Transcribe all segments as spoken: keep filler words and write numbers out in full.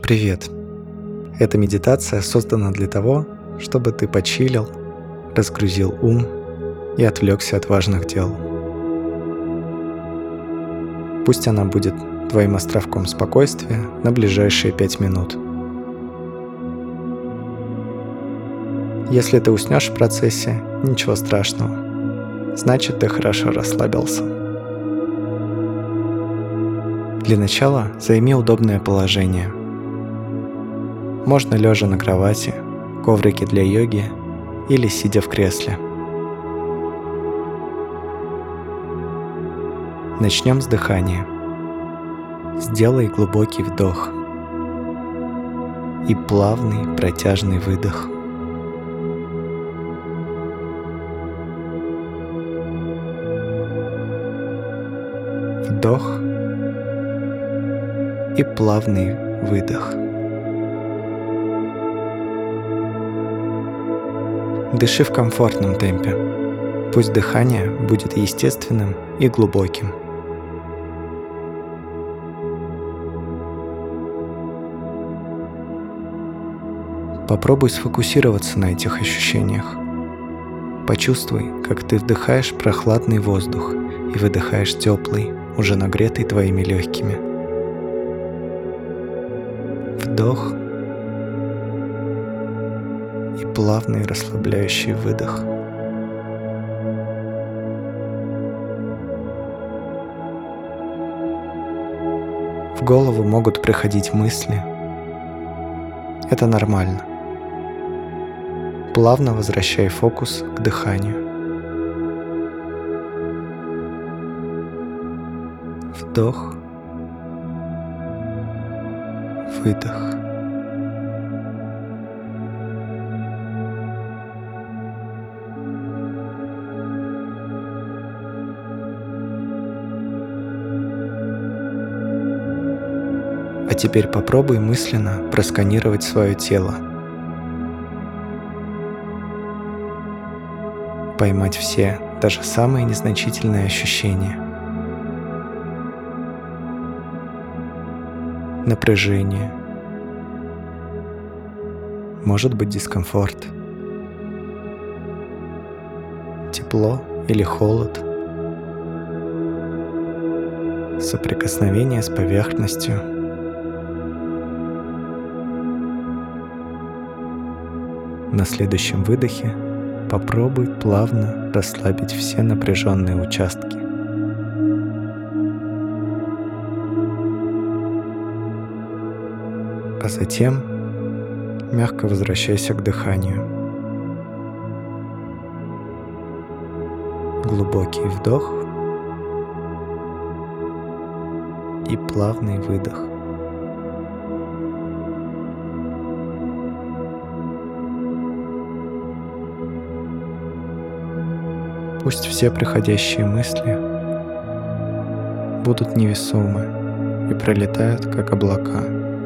Привет! Эта медитация создана для того, чтобы ты почилил, разгрузил ум и отвлекся от важных дел. Пусть она будет твоим островком спокойствия на ближайшие пять минут. Если ты уснешь в процессе, ничего страшного. Значит, ты хорошо расслабился. Для начала займи удобное положение. Можно лежа на кровати, коврике для йоги или сидя в кресле. Начнем с дыхания. Сделай глубокий вдох и плавный протяжный выдох. Вдох и плавный выдох. Дыши в комфортном темпе. Пусть дыхание будет естественным и глубоким. Попробуй сфокусироваться на этих ощущениях. Почувствуй, как ты вдыхаешь прохладный воздух и выдыхаешь теплый, уже нагретый твоими легкими. Вдох и плавный расслабляющий выдох. В голову могут приходить мысли. Это нормально. Плавно возвращай фокус к дыханию. Вдох, выдох. А теперь попробуй мысленно просканировать свое тело. Поймать все, даже самые незначительные ощущения. Напряжение. Может быть дискомфорт. Тепло или холод. Соприкосновение с поверхностью. На следующем выдохе попробуй плавно расслабить все напряженные участки. А затем мягко возвращайся к дыханию. Глубокий вдох и плавный выдох. Пусть все приходящие мысли будут невесомы и пролетают, как облака.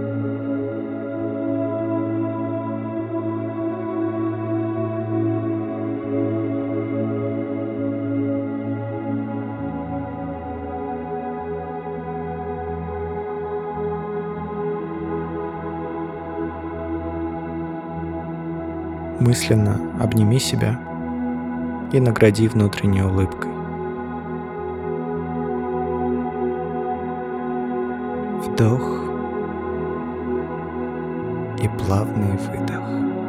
Мысленно обними себя и награди внутренней улыбкой. Вдох и плавный выдох.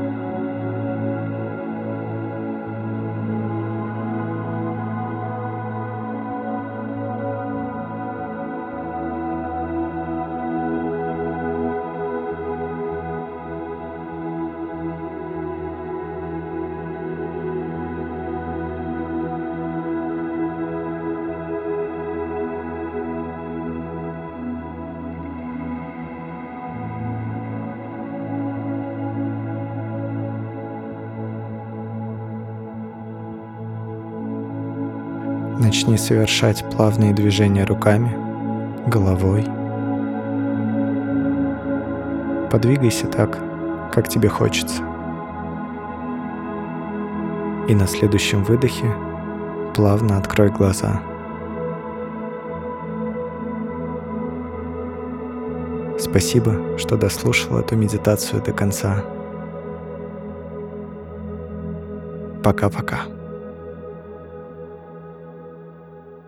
Начни совершать плавные движения руками, головой. Подвигайся так, как тебе хочется. И на следующем выдохе плавно открой глаза. Спасибо, что дослушал эту медитацию до конца. Пока-пока.